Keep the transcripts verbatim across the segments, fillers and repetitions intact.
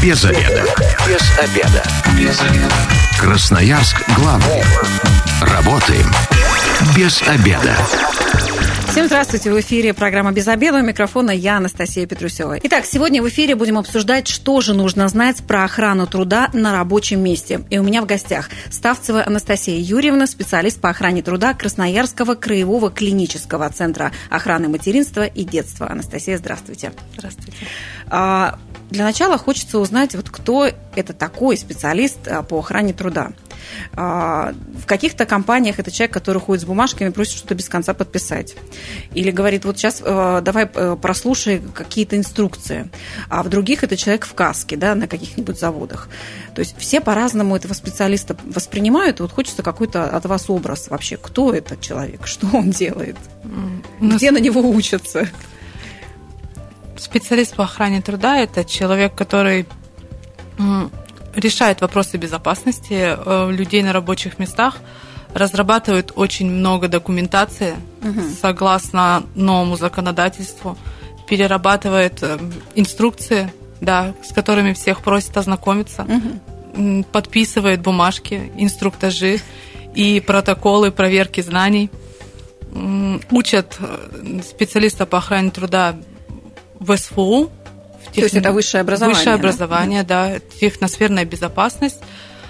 Без обеда. Без обеда. Без обеда. Красноярск главный. Работаем без обеда. Всем здравствуйте, в эфире программа «Без обеда», у микрофона я, Анастасия Петрусева. Итак, сегодня в эфире будем обсуждать, что же нужно знать про охрану труда на рабочем месте. И у меня в гостях Ставцева Анастасия Юрьевна, специалист по охране труда Красноярского краевого клинического центра охраны материнства и детства. Анастасия, здравствуйте. Здравствуйте. А, для начала хочется узнать, вот кто это такой специалист по охране труда. В каких-то компаниях это человек, который ходит с бумажками, просит что-то без конца подписать. Или говорит, вот сейчас давай прослушай какие-то инструкции. А в других это человек в каске, да, на каких-нибудь заводах. То есть все по-разному этого специалиста воспринимают. И вот хочется какой-то от вас образ вообще. Кто этот человек? Что он делает? Где на него учатся? Специалист по охране труда – это человек, который решает вопросы безопасности людей на рабочих местах, разрабатывает очень много документации угу. согласно новому законодательству, перерабатывает инструкции, да, с которыми всех просят ознакомиться, угу. подписывает бумажки, инструктажи и протоколы проверки знаний, учат специалиста по охране труда в эс эф у. То есть это высшее образование? Высшее образование, да, да, техносферная безопасность.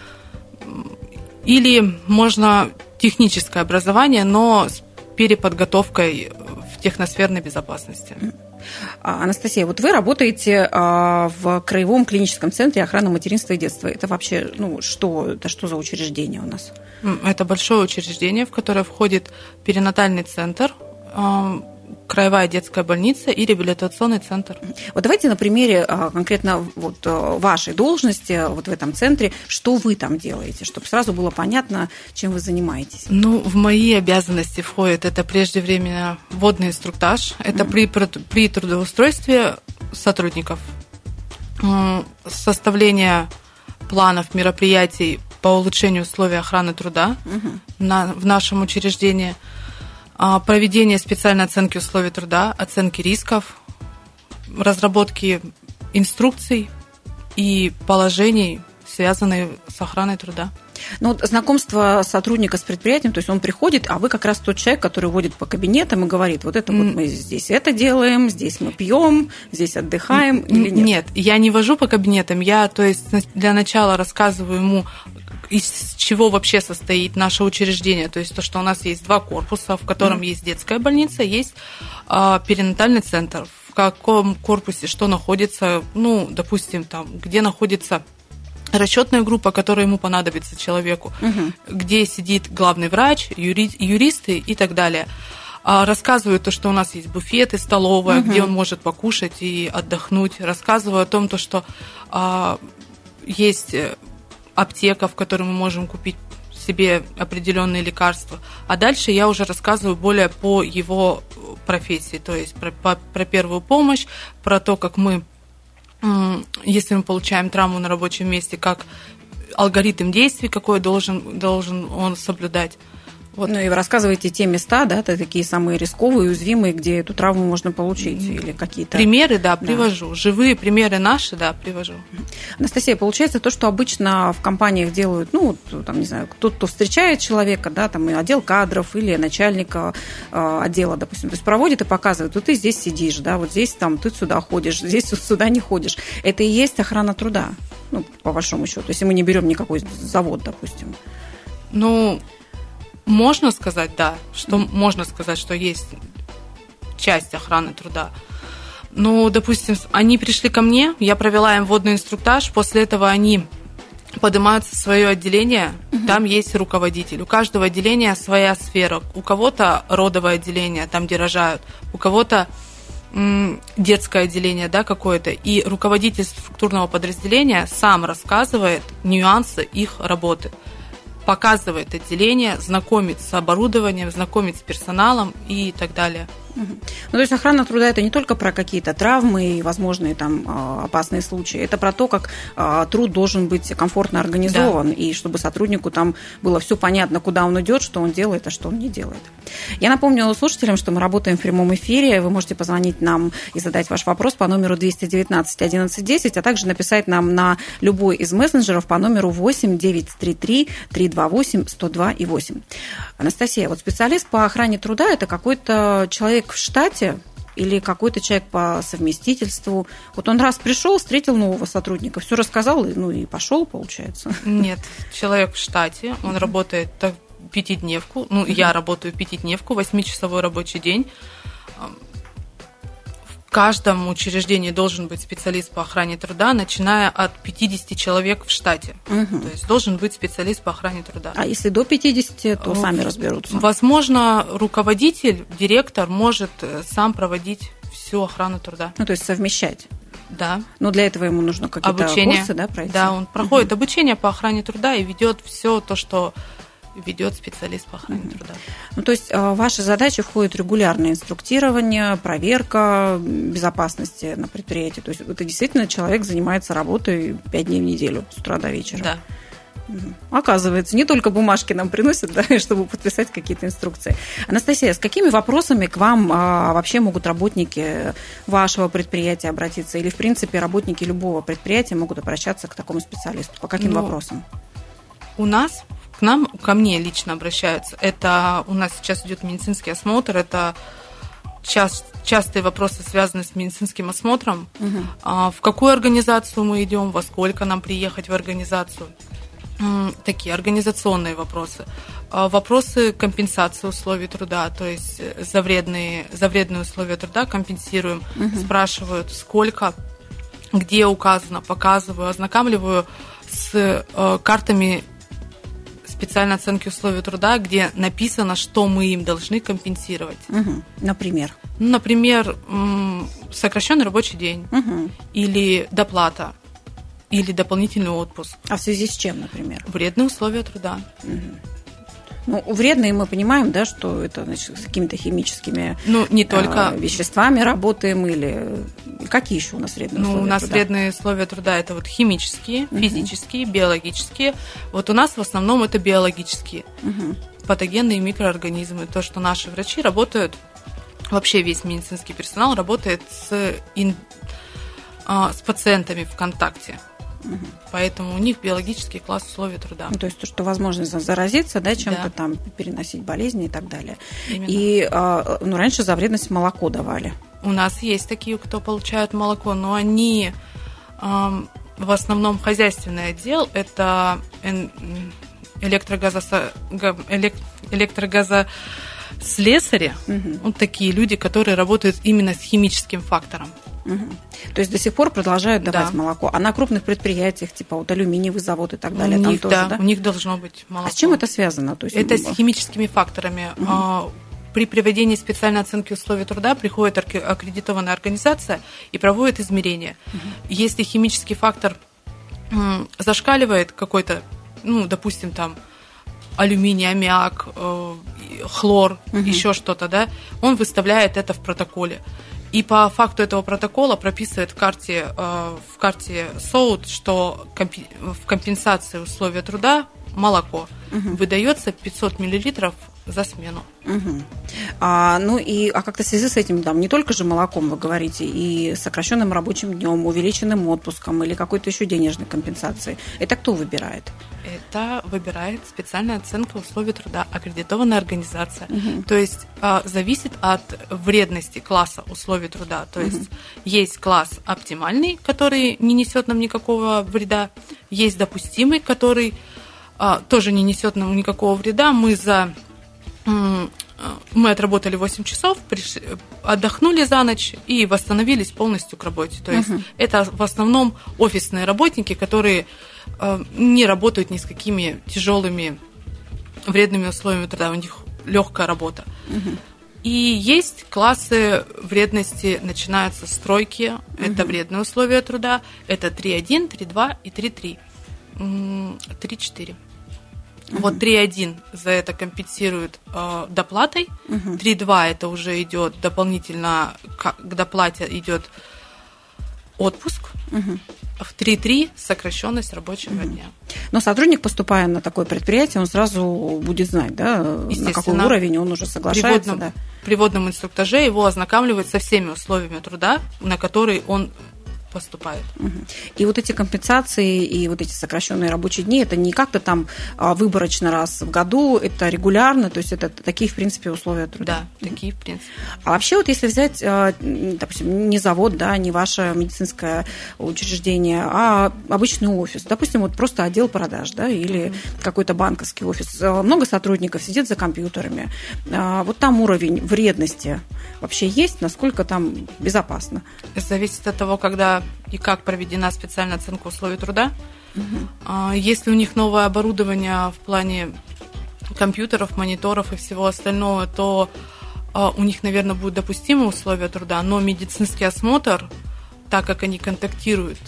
Или можно техническое образование, но с переподготовкой в техносферной безопасности. Анастасия, вот вы работаете в Краевом клиническом центре охраны материнства и детства. Это вообще, ну, что, это что за учреждение у нас? Это большое учреждение, в которое входит перинатальный центр, Краевая детская больница и реабилитационный центр. Вот давайте на примере конкретно вот вашей должности вот в этом центре, что вы там делаете, чтобы сразу было понятно, чем вы занимаетесь. Ну, в мои обязанности входит это преждевременно вводный инструктаж, это mm-hmm. при, при трудоустройстве сотрудников, составление планов мероприятий по улучшению условий охраны труда mm-hmm. на, в нашем учреждении, проведение специальной оценки условий труда, оценки рисков, разработки инструкций и положений, связанных с охраной труда. Ну, вот знакомство сотрудника с предприятием, то есть он приходит, а вы как раз тот человек, который водит по кабинетам и говорит, вот это вот мы здесь это делаем, здесь мы пьем, здесь отдыхаем, или нет? Нет, я не вожу по кабинетам, я, то есть, для начала рассказываю ему, из чего вообще состоит наше учреждение. То есть то, что у нас есть два корпуса, в котором mm-hmm. есть детская больница, есть а, перинатальный центр. В каком корпусе что находится, ну, допустим, там, где находится расчетная группа, которая ему понадобится человеку, mm-hmm. где сидит главный врач, юри, юристы и так далее. А, рассказываю то, что у нас есть буфеты, столовая, mm-hmm. где он может покушать и отдохнуть. Рассказываю о том, то, что а, есть аптека, в которой мы можем купить себе определенные лекарства. А дальше я уже рассказываю более по его профессии, то есть про, по, про первую помощь, про то, как мы, если мы получаем травму на рабочем месте, как алгоритм действий, какой должен, должен он соблюдать. Вот. Ну и вы рассказываете те места, да, такие самые рисковые, уязвимые, где эту травму можно получить, или какие-то... Примеры, да, привожу. Да. Живые примеры наши, да, привожу. Анастасия, получается то, что обычно в компаниях делают, ну, там, не знаю, кто-то встречает человека, да, там, и отдел кадров, или начальника э, отдела, допустим, то есть проводит и показывает, вот ты здесь сидишь, да, вот здесь там ты сюда ходишь, здесь сюда не ходишь. Это и есть охрана труда, ну, по большому счету, если мы не берем никакой завод, допустим. Ну... Можно сказать, да, что можно сказать, что есть часть охраны труда. Ну, допустим, они пришли ко мне, я провела им вводный инструктаж, после этого они поднимаются в свое отделение, угу. там есть руководитель. У каждого отделения своя сфера. У кого-то родовое отделение, там где рожают, у кого-то м, детское отделение, да, какое-то. И руководитель структурного подразделения сам рассказывает нюансы их работы. Показывает отделение, знакомит с оборудованием, знакомит с персоналом и так далее. Ну, то есть охрана труда – это не только про какие-то травмы и возможные там опасные случаи, это про то, как труд должен быть комфортно организован, да. И чтобы сотруднику там было все понятно, куда он идет, что он делает, а что он не делает. Я напомню слушателям, что мы работаем в прямом эфире, вы можете позвонить нам и задать ваш вопрос по номеру двести девятнадцать одиннадцать десять, а также написать нам на любой из мессенджеров по номеру восемь девятьсот тридцать три триста двадцать восемь сто два и восемь. Анастасия, вот специалист по охране труда – это какой-то человек в штате или какой-то человек по совместительству? Вот он раз пришел, встретил нового сотрудника, все рассказал, ну и пошел, получается? Нет, человек в штате, он mm-hmm. работает пятидневку, ну, mm-hmm. я работаю пятидневку, восьмичасовой рабочий день. В каждом учреждении должен быть специалист по охране труда, начиная от пятидесяти человек в штате. Угу. То есть должен быть специалист по охране труда. А если до пятидесяти, то сами разберутся? Возможно, руководитель, директор может сам проводить всю охрану труда. Ну, то есть совмещать? Да. Но для этого ему нужно какие-то обучение. Курсы, да, пройти? Да, он проходит угу. обучение по охране труда и ведет все то, что ведет специалист по охране mm-hmm. труда. Ну, то есть в ваши задачи входит регулярное инструктирование, проверка безопасности на предприятии. То есть это действительно человек занимается работой пять дней в неделю, с утра до вечера. Да. Mm-hmm. Оказывается, не только бумажки нам приносят, да, чтобы подписать какие-то инструкции. Анастасия, с какими вопросами к вам а, вообще могут работники вашего предприятия обратиться? Или, в принципе, работники любого предприятия могут обращаться к такому специалисту? По каким ну, вопросам? У нас К нам, ко мне лично обращаются. Это у нас сейчас идет медицинский осмотр, это част, частые вопросы, связанные с медицинским осмотром. Угу. А, в какую организацию мы идем, во сколько нам приехать в организацию. Такие организационные вопросы. А, вопросы компенсации условий труда, то есть за вредные, за вредные условия труда компенсируем. Угу. Спрашивают, сколько, где указано, показываю, ознакомливаю с э, картами специальной оценки условий труда, где написано, что мы им должны компенсировать. Угу. Например? Ну, например, сокращенный рабочий день, угу. или доплата, или дополнительный отпуск. А в связи с чем, например? Вредные условия труда. Угу. Ну, вредные мы понимаем, да, что это, значит, с какими-то химическими ну, не только... э, веществами работаем, или какие еще у нас вредные ну, условия у нас труда? вредные условия труда – это вот химические, uh-huh. физические, биологические. Вот у нас в основном это биологические, uh-huh. патогенные микроорганизмы. То, что наши врачи работают, вообще весь медицинский персонал работает с, ин, а, с пациентами в контакте. Угу. Поэтому у них биологический класс условий труда. Ну, то есть то, что возможность заразиться, да, чем-то да. там, переносить болезни и так далее. Именно. И ну, раньше за вредность молоко давали. У нас есть такие, кто получают молоко, но они э, в основном хозяйственный отдел. Это электрогазо... электрогазослесари. Угу. Вот такие люди, которые работают именно с химическим фактором. Угу. То есть до сих пор продолжают давать да. молоко. А на крупных предприятиях, типа вот алюминиевый завод и так далее, у там них, тоже, да, да? у них должно быть молоко. А с чем это связано? То есть, это с химическими факторами. Угу. При проведении специальной оценки условий труда приходит аккредитованная организация и проводит измерения. Угу. Если химический фактор зашкаливает какой-то, ну, допустим, там алюминий, аммиак, хлор, угу. еще что-то, да, он выставляет это в протоколе. И по факту этого протокола прописывает в карте, в карте СОУТ, что в компенсации условия труда молоко угу. выдается пятьсот миллилитров за смену. Угу. А, ну и а как-то в связи с этим, там, не только же молоком, вы говорите, и сокращенным рабочим днем, увеличенным отпуском или какой-то еще денежной компенсацией. Это кто выбирает? Это выбирает специальная оценка условий труда, аккредитованная организация. Угу. То есть а, зависит от вредности класса условий труда. То есть угу. есть класс оптимальный, который не несет нам никакого вреда, есть допустимый, который а, тоже не несет нам никакого вреда. Мы за Мы отработали восемь часов, пришли, отдохнули за ночь и восстановились полностью к работе. То есть uh-huh. это в основном офисные работники, которые э, не работают ни с какими тяжелыми вредными условиями труда, у них легкая работа. Uh-huh. И есть классы вредности, начинаются с тройки, uh-huh. это вредные условия труда, это три один, три два и три три. три четыре. Uh-huh. Вот три один за это компенсирует э, доплатой, uh-huh. три два это уже идет дополнительно к, к доплате идет отпуск, uh-huh. в три три сокращенность рабочего uh-huh. дня. Но сотрудник, поступая на такое предприятие, он сразу будет знать, да, на какой уровень он уже соглашается. При, да. при водном инструктаже его ознакомливают со всеми условиями труда, на которые он поступает. И вот эти компенсации и вот эти сокращенные рабочие дни, это не как-то там выборочно раз в году, это регулярно, то есть это такие, в принципе, условия труда. Да, такие, в принципе. А вообще вот если взять, допустим, не завод, да, не ваше медицинское учреждение, а обычный офис, допустим, вот просто отдел продаж, да, или mm-hmm. какой-то банковский офис, много сотрудников сидит за компьютерами, вот там уровень вредности вообще есть, насколько там безопасно? Зависит от того, когда и как проведена специальная оценка условий труда. Угу. Если у них новое оборудование в плане компьютеров, мониторов и всего остального, то у них, наверное, будут допустимы условия труда, но медицинский осмотр, так как они контактируют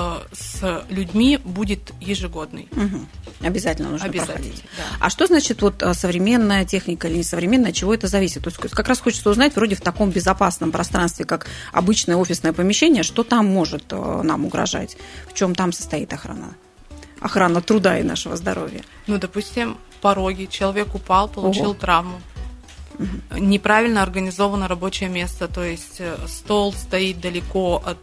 с людьми, будет ежегодный. Угу. Обязательно нужно Обязательно, проходить. Да. А что значит вот современная техника или несовременная, от чего это зависит? То есть как раз хочется узнать, вроде в таком безопасном пространстве, как обычное офисное помещение, что там может нам угрожать? В чем там состоит охрана? Охрана труда и нашего здоровья. Ну, допустим, пороги. Человек упал, получил Ого. травму. Угу. Неправильно организовано рабочее место, то есть стол стоит далеко от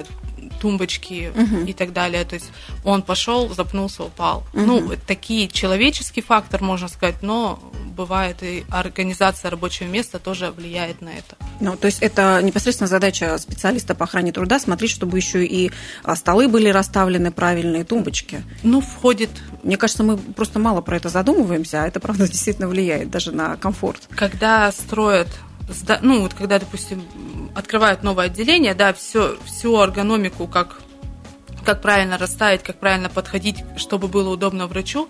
тумбочки uh-huh. и так далее. То есть он пошел, запнулся, упал. Uh-huh. Ну, такие человеческий фактор, можно сказать, но бывает и организация рабочего места тоже влияет на это. Ну, то есть это непосредственно задача специалиста по охране труда смотреть, чтобы еще и столы были расставлены правильные, тумбочки. Ну, входит... Мне кажется, мы просто мало про это задумываемся, а это, правда, действительно влияет даже на комфорт. Когда строят... Ну, вот когда, допустим, открывают новое отделение, да, все, всю эргономику, как, как правильно расставить, как правильно подходить, чтобы было удобно врачу,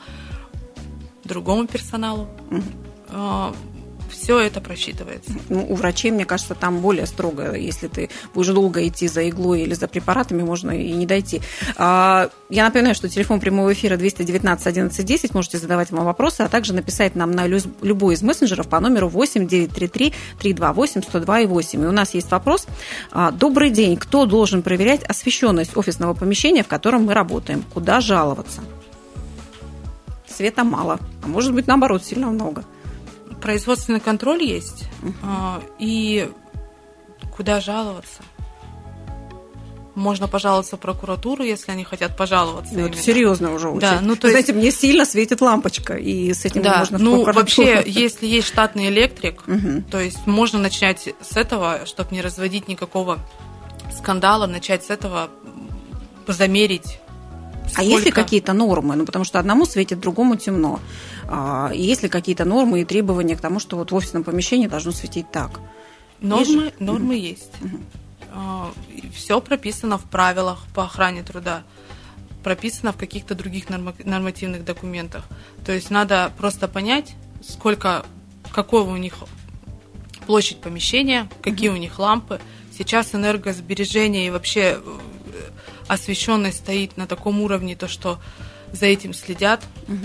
другому персоналу. Mm-hmm. Все это просчитывается. Ну, у врачей, мне кажется, там более строго. Если ты будешь долго идти за иглой или за препаратами, можно и не дойти. Я напоминаю, что телефон прямого эфира двести девятнадцать одиннадцать десять. Можете задавать вам вопросы, а также написать нам на любой из мессенджеров по номеру восемь девятьсот тридцать три триста двадцать восемь сто два и восемь. И у нас есть вопрос. Добрый день. Кто должен проверять освещенность офисного помещения, в котором мы работаем? Куда жаловаться? Света мало. А может быть, наоборот, сильно много. Производственный контроль есть, uh-huh. и куда жаловаться? Можно пожаловаться в прокуратуру, если они хотят пожаловаться. Ну, это серьезно уже очень. Да, ну, то Знаете, есть... мне сильно светит лампочка, и с этим да, можно в ну, прокуратуру. Вообще, если есть штатный электрик, uh-huh. то есть можно начать с этого, чтобы не разводить никакого скандала, начать с этого, замерить. А есть ли какие-то нормы? Ну, потому что одному светит, другому темно. А, есть ли какие-то нормы и требования к тому, что вот в офисном помещении должно светить так? Нормы, есть? нормы mm-hmm. есть. Mm-hmm. Все прописано в правилах по охране труда. Прописано в каких-то других нормативных документах. То есть надо просто понять, сколько, какой у них площадь помещения, какие mm-hmm. у них лампы. Сейчас энергосбережение и вообще... освещенность стоит на таком уровне, то, что за этим следят.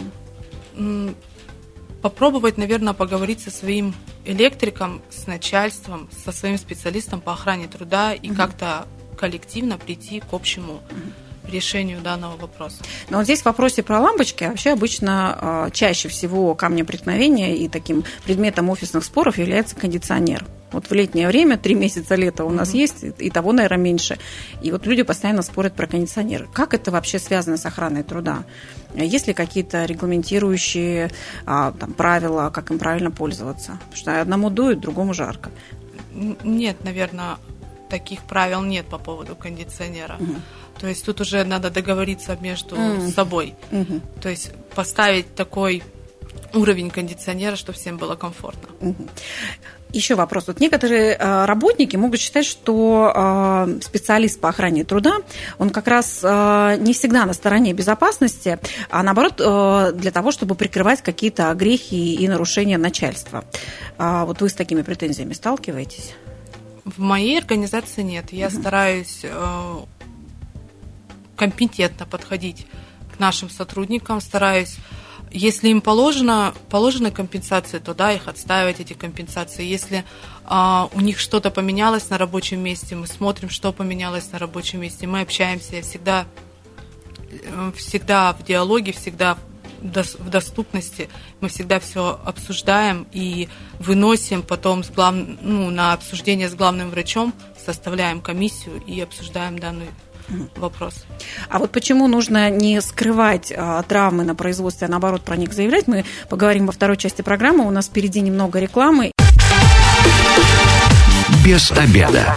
Угу. Попробовать, наверное, поговорить со своим электриком, с начальством, со своим специалистом по охране труда и угу. как-то коллективно прийти к общему угу. решению данного вопроса. Но вот здесь в вопросе про лампочки вообще обычно чаще всего камнем преткновения и таким предметом офисных споров является кондиционер. Вот в летнее время, три месяца лета у нас mm-hmm. есть, и того, наверное, меньше. И вот люди постоянно спорят про кондиционер. Как это вообще связано с охраной труда? Есть ли какие-то регламентирующие а, там, правила, как им правильно пользоваться? Потому что одному дует, другому жарко. Нет, наверное, таких правил нет по поводу кондиционера. Mm-hmm. То есть тут уже надо договориться между mm-hmm. собой. Mm-hmm. То есть поставить такой уровень кондиционера, чтобы всем было комфортно. Mm-hmm. Еще вопрос. Вот некоторые э, работники могут считать, что э, специалист по охране труда, он как раз э, не всегда на стороне безопасности, а наоборот э, для того, чтобы прикрывать какие-то огрехи и нарушения начальства. А вот вы с такими претензиями сталкиваетесь? В моей организации нет. Я uh-huh. стараюсь э, компетентно подходить к нашим сотрудникам, стараюсь Если им положено, положены компенсации, то да, их отстаивать, эти компенсации. Если а, у них что-то поменялось на рабочем месте, мы смотрим, что поменялось на рабочем месте, мы общаемся всегда, всегда в диалоге, всегда в доступности, мы всегда все обсуждаем и выносим потом с глав... ну, на обсуждение с главным врачом, составляем комиссию и обсуждаем данный вопрос. А вот почему нужно не скрывать а, травмы на производстве, а наоборот про них заявлять, мы поговорим во второй части программы. У нас впереди немного рекламы. Без обеда.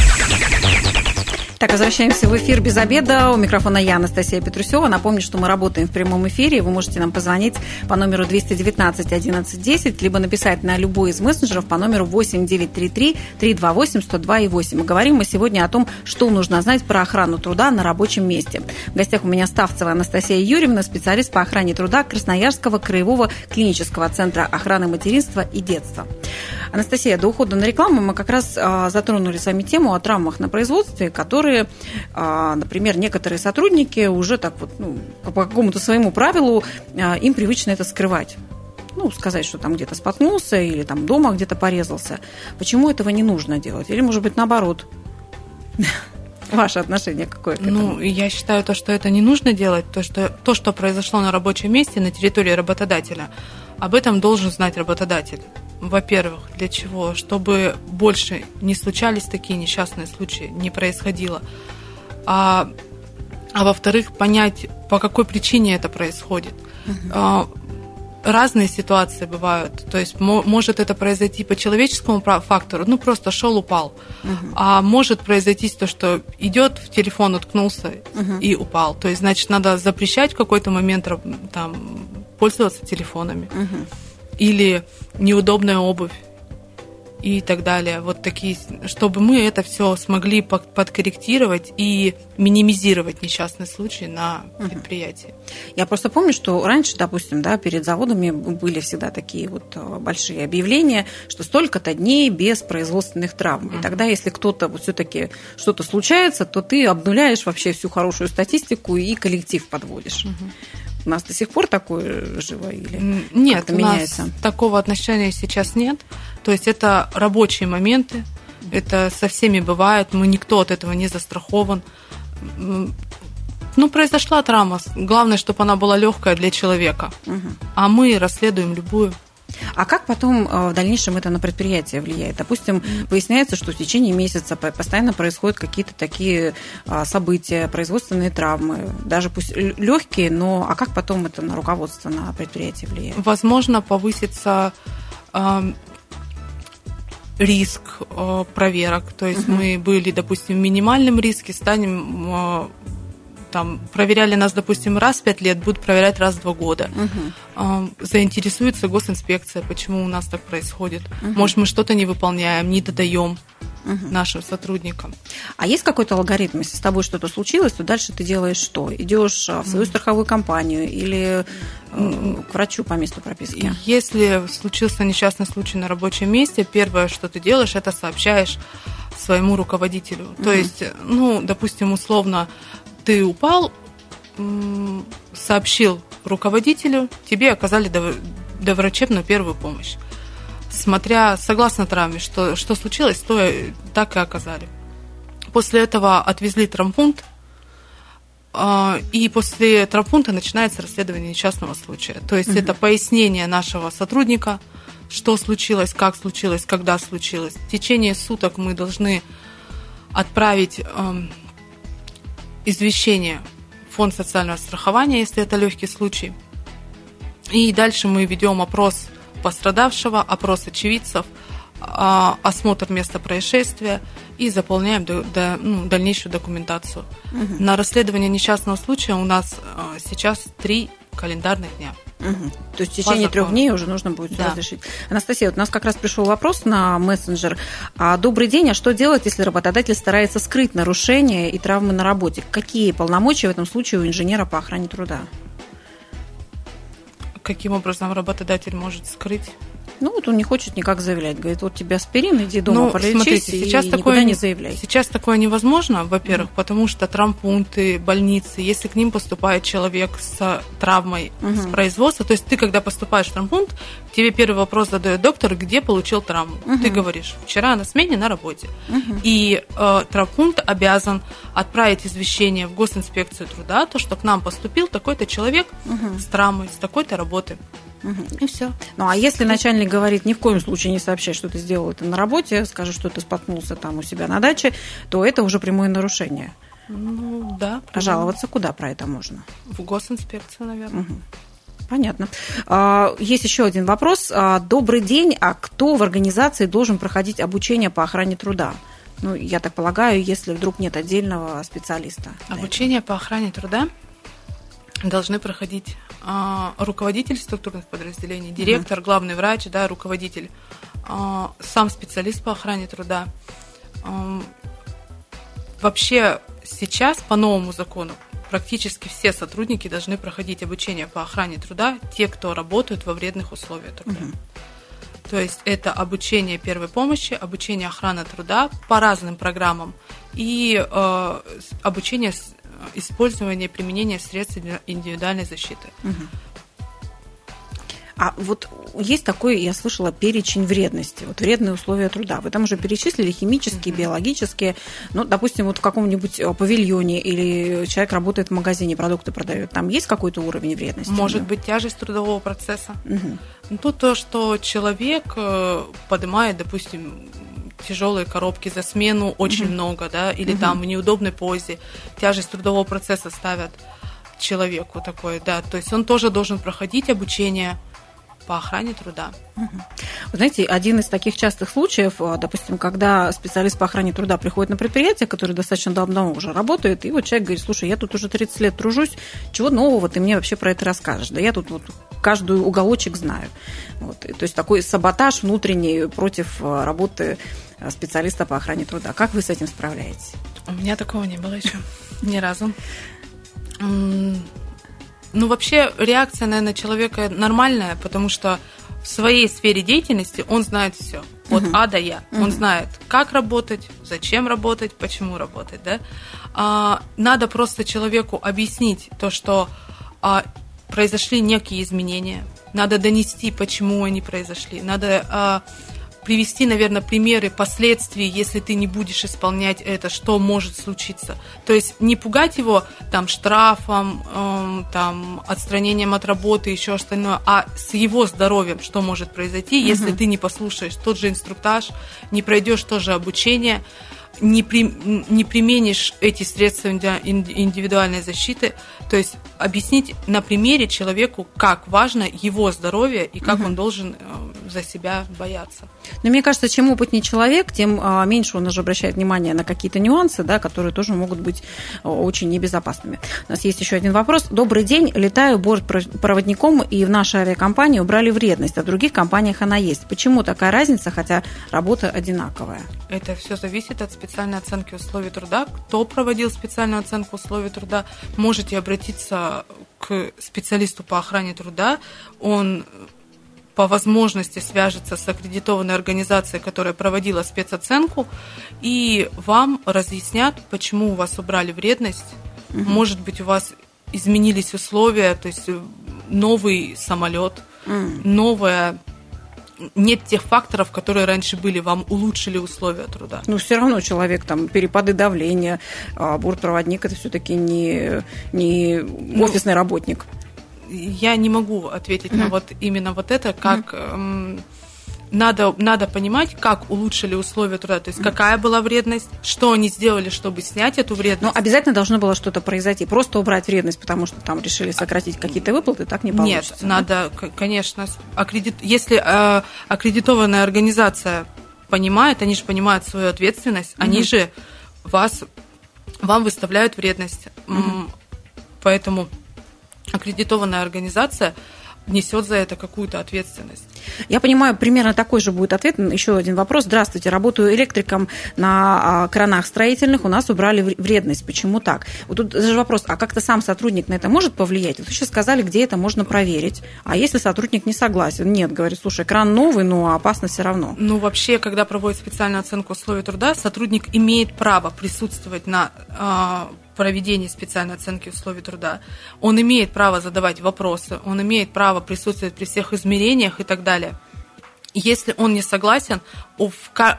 Так, возвращаемся в эфир «Без обеда». У микрофона я, Анастасия Петрусева. Напомню, что мы работаем в прямом эфире. Вы можете нам позвонить по номеру двести девятнадцать одиннадцать десять, либо написать на любой из мессенджеров по номеру восемь девятьсот тридцать три триста двадцать восемь сто два и восемь. Мы говорим мы сегодня о том, что нужно знать про охрану труда на рабочем месте. В гостях у меня Ставцева Анастасия Юрьевна, специалист по охране труда Красноярского краевого клинического центра охраны материнства и детства. Анастасия, до ухода на рекламу мы как раз затронули с вами тему о травмах на производстве, которые, например, некоторые сотрудники уже так вот, ну, по какому-то своему правилу им привычно это скрывать. Ну, сказать, что там где-то споткнулся или там дома где-то порезался. Почему этого не нужно делать? Или, может быть, наоборот? Ваше отношение какое к этому? Ну, я считаю, то, что это не нужно делать, то, что, то, что произошло на рабочем месте, на территории работодателя, об этом должен знать работодатель. Во-первых, для чего? Чтобы больше не случались такие несчастные случаи, не происходило. А, а во-вторых, понять, по какой причине это происходит. Uh-huh. Разные ситуации бывают. То есть может это произойти по человеческому фактору, ну просто шел, упал. Uh-huh. А может произойти то, что идет в телефон, уткнулся uh-huh. и упал. То есть, значит, надо запрещать в какой-то момент там, пользоваться телефонами. Uh-huh. Или неудобная обувь и так далее. Вот такие, чтобы мы это все смогли подкорректировать и минимизировать несчастные случаи на предприятии. Я просто помню, что раньше, допустим, да, перед заводами были всегда такие вот большие объявления, что столько-то дней без производственных травм. И тогда, если кто-то вот все-таки что-то случается, то ты обнуляешь вообще всю хорошую статистику и коллектив подводишь. У нас до сих пор такое живо или нет, у меняется? Нас такого отношения сейчас нет. То есть это рабочие моменты, это со всеми бывает, мы никто от этого не застрахован. Ну, произошла травма. Главное, чтобы она была легкая для человека. Угу. А мы расследуем любую. А как потом в дальнейшем это на предприятие влияет? Допустим, выясняется, что в течение месяца постоянно происходят какие-то такие события, производственные травмы, даже пусть легкие, но а как потом это на руководство, на предприятие влияет? Возможно, повысится э, риск э, проверок. То есть угу. мы были, допустим, в минимальном риске, станем... Э, Там, проверяли нас, допустим, раз в пять лет, будут проверять раз в два года. Uh-huh. Заинтересуется госинспекция, почему у нас так происходит. Uh-huh. Может, мы что-то не выполняем, не додаем uh-huh. нашим сотрудникам. А есть какой-то алгоритм? Если с тобой что-то случилось, то дальше ты делаешь что? Идешь в свою uh-huh. страховую компанию или uh-huh. к врачу по месту прописки? Если случился несчастный случай на рабочем месте, первое, что ты делаешь, это сообщаешь своему руководителю. Uh-huh. То есть, ну, допустим, условно, ты упал, сообщил руководителю, тебе оказали доврачебную первую помощь. Смотря, согласно травме, что, что случилось, то так и оказали. После этого отвезли травмпункт, и после травмпункта начинается расследование несчастного случая. То есть угу. это пояснение нашего сотрудника, что случилось, как случилось, когда случилось. В течение суток мы должны отправить... извещение в фонд социального страхования, если это легкий случай. И дальше мы ведем опрос пострадавшего, опрос очевидцев, осмотр места происшествия и заполняем до, до, ну, дальнейшую документацию. Угу. На расследование несчастного случая у нас сейчас три календарных дня. Угу. То есть в течение трех дней уже нужно будет да. разрешить. Анастасия, вот у нас как раз пришел вопрос на мессенджер. Добрый день, а что делать, если работодатель старается скрыть нарушения и травмы на работе? Какие полномочия в этом случае у инженера по охране труда? Каким образом работодатель может скрыть? Ну, вот он не хочет никак заявлять. Говорит, вот тебе аспирин, иди дома ну, полечись, смотрите, и сейчас никуда такое, не заявляй. Сейчас такое невозможно, во-первых, mm-hmm. потому что травмпункты, больницы, если к ним поступает человек с травмой mm-hmm. с производства, то есть ты, когда поступаешь в травмпункт, тебе первый вопрос задает доктор, где получил травму. Mm-hmm. Ты говоришь, вчера на смене на работе. Mm-hmm. И э, травмпункт обязан отправить извещение в госинспекцию труда, то, что к нам поступил такой-то человек mm-hmm. с травмой, с такой-то работы. Угу. И все. Ну, а если начальник говорит, ни в коем случае не сообщай, что ты сделал это на работе, скажи, что ты споткнулся там у себя на даче, то это уже прямое нарушение. Ну, да. А жаловаться куда про это можно? В госинспекцию, наверное. Угу. Понятно. Есть еще один вопрос. Добрый день. А кто в организации должен проходить обучение по охране труда? Ну, я так полагаю, если вдруг нет отдельного специалиста. Обучение по охране труда должны проходить э, руководитель структурных подразделений, директор, главный врач, да, руководитель, э, сам специалист по охране труда. Э, вообще сейчас по новому закону практически все сотрудники должны проходить обучение по охране труда, те, кто работают во вредных условиях труда. Угу. То есть это обучение первой помощи, обучение охраны труда по разным программам и э, обучение использование и применение средств индивидуальной защиты. Угу. А вот есть такой, я слышала, перечень вредности, вот вредные условия труда. Вы там уже перечислили химические, угу. биологические. Ну, допустим, вот в каком-нибудь павильоне или человек работает в магазине, продукты продает, там есть какой-то уровень вредности? Может быть, тяжесть трудового процесса. Угу. Ну, то, то, что человек поднимает, допустим, тяжелые коробки за смену очень mm-hmm. много, да, или mm-hmm. там в неудобной позе, тяжесть трудового процесса ставят человеку такое, да, то есть он тоже должен проходить обучение по охране труда. Угу. Вы знаете, один из таких частых случаев, допустим, когда специалист по охране труда приходит на предприятие, которое достаточно давно уже работает, и вот человек говорит, слушай, я тут уже тридцать лет тружусь, чего нового ты мне вообще про это расскажешь? Да я тут вот каждый уголочек знаю. Вот. То есть такой саботаж внутренний против работы специалиста по охране труда. Как вы с этим справляетесь? У меня такого не было еще ни разу. Ну, вообще, реакция, наверное, человека нормальная, потому что в своей сфере деятельности он знает все. От uh-huh. А до Я. Uh-huh. Он знает, как работать, зачем работать, почему работать. Да? А, надо просто человеку объяснить то, что а, произошли некие изменения. Надо донести, почему они произошли. Надо а, привести, наверное, примеры последствий, если ты не будешь исполнять это, что может случиться. То есть не пугать его там штрафом, эм, там, отстранением от работы, еще остальное, а с его здоровьем, что может произойти, uh-huh. если ты не послушаешь тот же инструктаж, не пройдешь то же обучение, не, при, не применишь эти средства индивидуальной защиты. То есть объяснить на примере человеку, как важно его здоровье и как uh-huh. он должен за себя бояться. Но мне кажется, чем опытнее человек, тем меньше он уже обращает внимание на какие-то нюансы, да, которые тоже могут быть очень небезопасными. У нас есть еще один вопрос. Добрый день. Летаю бортпроводником, и в нашей авиакомпании убрали вредность, а в других компаниях она есть. Почему такая разница, хотя работа одинаковая? Это все зависит от специальной оценки условий труда. Кто проводил специальную оценку условий труда, можете обратиться к специалисту по охране труда. Он по возможности свяжется с аккредитованной организацией, которая проводила спецоценку, и вам разъяснят, почему у вас убрали вредность. Угу. Может быть, у вас изменились условия, то есть новый самолет, угу. новая... Нет тех факторов, которые раньше были, вам улучшили условия труда. Ну, все равно человек, там, перепады давления, а бортпроводник – это все-таки не, не офисный ну, работник. Я не могу ответить mm-hmm. на вот именно вот это, как mm-hmm. эм, надо, надо понимать, как улучшили условия труда, то есть mm-hmm. какая была вредность, что они сделали, чтобы снять эту вредность. Но обязательно должно было что-то произойти, просто убрать вредность, потому что там решили сократить какие-то выплаты, так не получится. Нет, да? надо, конечно, аккредит... если э, аккредитованная организация понимает, они же понимают свою ответственность, mm-hmm. они же вас, вам выставляют вредность, mm-hmm. поэтому аккредитованная организация несет за это какую-то ответственность. Я понимаю, примерно такой же будет ответ. Еще один вопрос. Здравствуйте, работаю электриком на кранах строительных, у нас убрали вредность. Почему так? Вот тут даже вопрос, а как-то сам сотрудник на это может повлиять? Вы сейчас сказали, где это можно проверить. А если сотрудник не согласен? Нет, говорит, слушай, кран новый, но опасно все равно. Ну, вообще, когда проводят специальную оценку условий труда, сотрудник имеет право присутствовать на проведении специальной оценки условий труда. Он имеет право задавать вопросы, он имеет право присутствовать при всех измерениях и так далее. Если он не согласен, у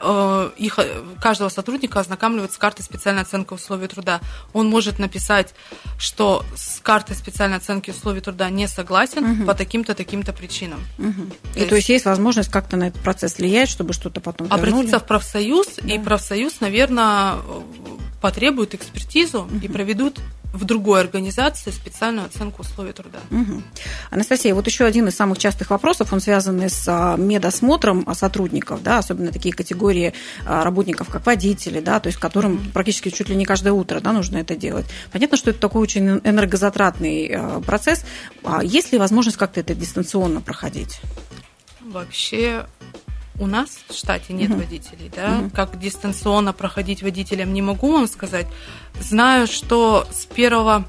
их, каждого сотрудника ознакомливают с картой специальной оценки условий труда. Он может написать, что с картой специальной оценки условий труда не согласен угу. по таким-то, таким-то причинам. Угу. И то есть есть возможность как-то на этот процесс влиять, чтобы что-то потом вернули? Обратиться в профсоюз, да. И профсоюз, наверное, потребует экспертизу угу. и проведут в другой организации специальную оценку условий труда. Угу. Анастасия, вот еще один из самых частых вопросов, он связан с медосмотром сотрудников, да, особенно такие категории работников, как водители, да, то есть которым угу. практически чуть ли не каждое утро, да, нужно это делать. Понятно, что это такой очень энергозатратный процесс. Есть ли возможность как-то это дистанционно проходить? Вообще... У нас в штате нет uh-huh. водителей, да, uh-huh. как дистанционно проходить водителям не могу вам сказать. Знаю, что с первого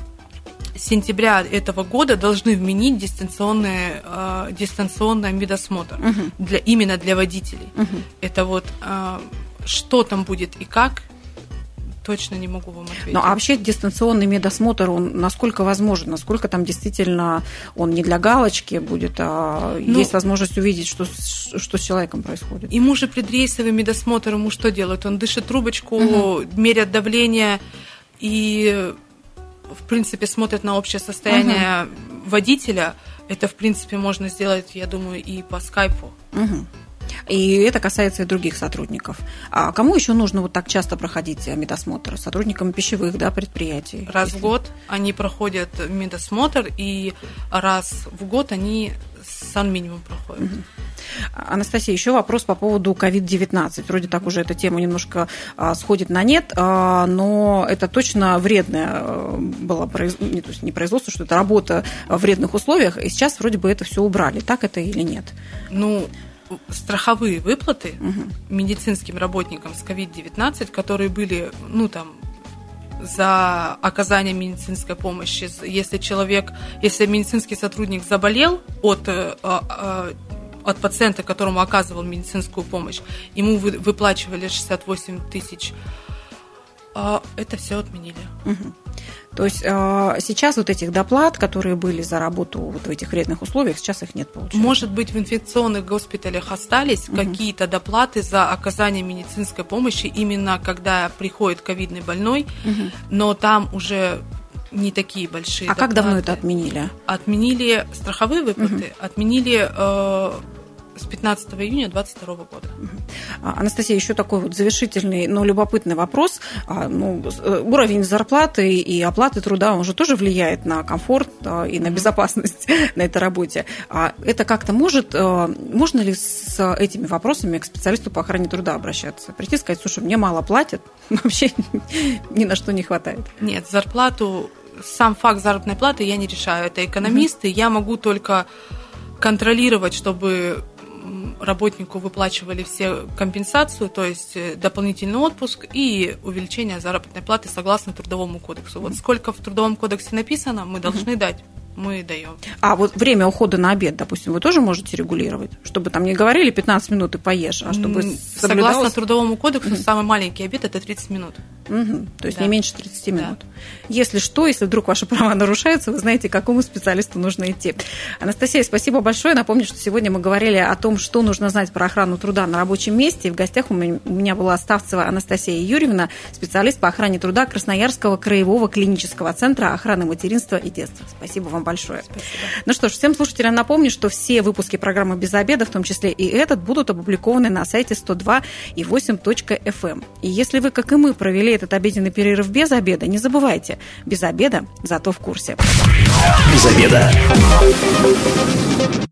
сентября этого года должны вменить дистанционный, э, дистанционный медосмотр uh-huh. для, именно для водителей. Uh-huh. Это вот э, что там будет и как, точно не могу вам ответить. Ну, а вообще дистанционный медосмотр, он насколько возможен? Насколько там действительно он не для галочки будет, а ну, есть возможность увидеть, что, что с человеком происходит? Ему же предрейсовый медосмотр, ему что делают? Он дышит трубочку, угу. меряет давление и, в принципе, смотрит на общее состояние угу. водителя. Это, в принципе, можно сделать, я думаю, и по скайпу. Угу. И это касается и других сотрудников. А кому еще нужно вот так часто проходить медосмотр? Сотрудникам пищевых, да, предприятий? Раз в год они проходят медосмотр, и раз в год они санминимум проходят. Угу. Анастасия, еще вопрос по поводу ковид девятнадцать. Вроде так уже эта тема немножко а, сходит на нет, а, но это точно вредное было произ... не, то есть не производство, что это работа в вредных условиях, и сейчас вроде бы это все убрали. Так это или нет? Ну, страховые выплаты угу. медицинским работникам с ковид девятнадцать, которые были, ну, там, за оказание медицинской помощи, если человек, если медицинский сотрудник заболел от, от пациента, которому оказывал медицинскую помощь, ему выплачивали шестьдесят восемь тысяч, это все отменили. Угу. То есть сейчас вот этих доплат, которые были за работу вот в этих вредных условиях, сейчас их нет, получается? Может быть, в инфекционных госпиталях остались угу. какие-то доплаты за оказание медицинской помощи, именно когда приходит ковидный больной, угу. но там уже не такие большие а доплаты. А как давно это отменили? Отменили страховые выплаты, угу. отменили... Э, с пятнадцатого июня две тысячи двадцать второго года. Анастасия, еще такой вот завершительный, но любопытный вопрос. Ну, уровень зарплаты и оплаты труда, он же тоже влияет на комфорт и на безопасность на этой работе. Это как-то может, можно ли с этими вопросами к специалисту по охране труда обращаться? Прийти и сказать, слушай, мне мало платят, вообще ни на что не хватает. Нет, зарплату, сам факт заработной платы я не решаю. Это экономисты, я могу только контролировать, чтобы работнику выплачивали все компенсацию, то есть дополнительный отпуск и увеличение заработной платы согласно Трудовому кодексу. Вот сколько в Трудовом кодексе написано, мы должны uh-huh. дать, мы даем. А вот время ухода на обед, допустим, вы тоже можете регулировать? Чтобы там не говорили пятнадцать минут и поешь, а чтобы соблюдалось... Согласно Трудовому кодексу, uh-huh. самый маленький обед – это тридцать минут. Угу, то есть да. не меньше тридцати минут. Да. Если что, если вдруг ваши права нарушаются, вы знаете, к какому специалисту нужно идти. Анастасия, спасибо большое. Напомню, что сегодня мы говорили о том, что нужно знать про охрану труда на рабочем месте. И в гостях у меня была Ставцева Анастасия Юрьевна, специалист по охране труда Красноярского краевого клинического центра охраны материнства и детства. Спасибо вам большое. Спасибо. Ну что ж, всем слушателям напомню, что все выпуски программы «Без обеда», в том числе и этот, будут опубликованы на сайте сто два и восемь точка эф эм. И если вы, как и мы, провели этот обеденный перерыв без обеда, не забывайте, без обеда, зато в курсе. Без обеда.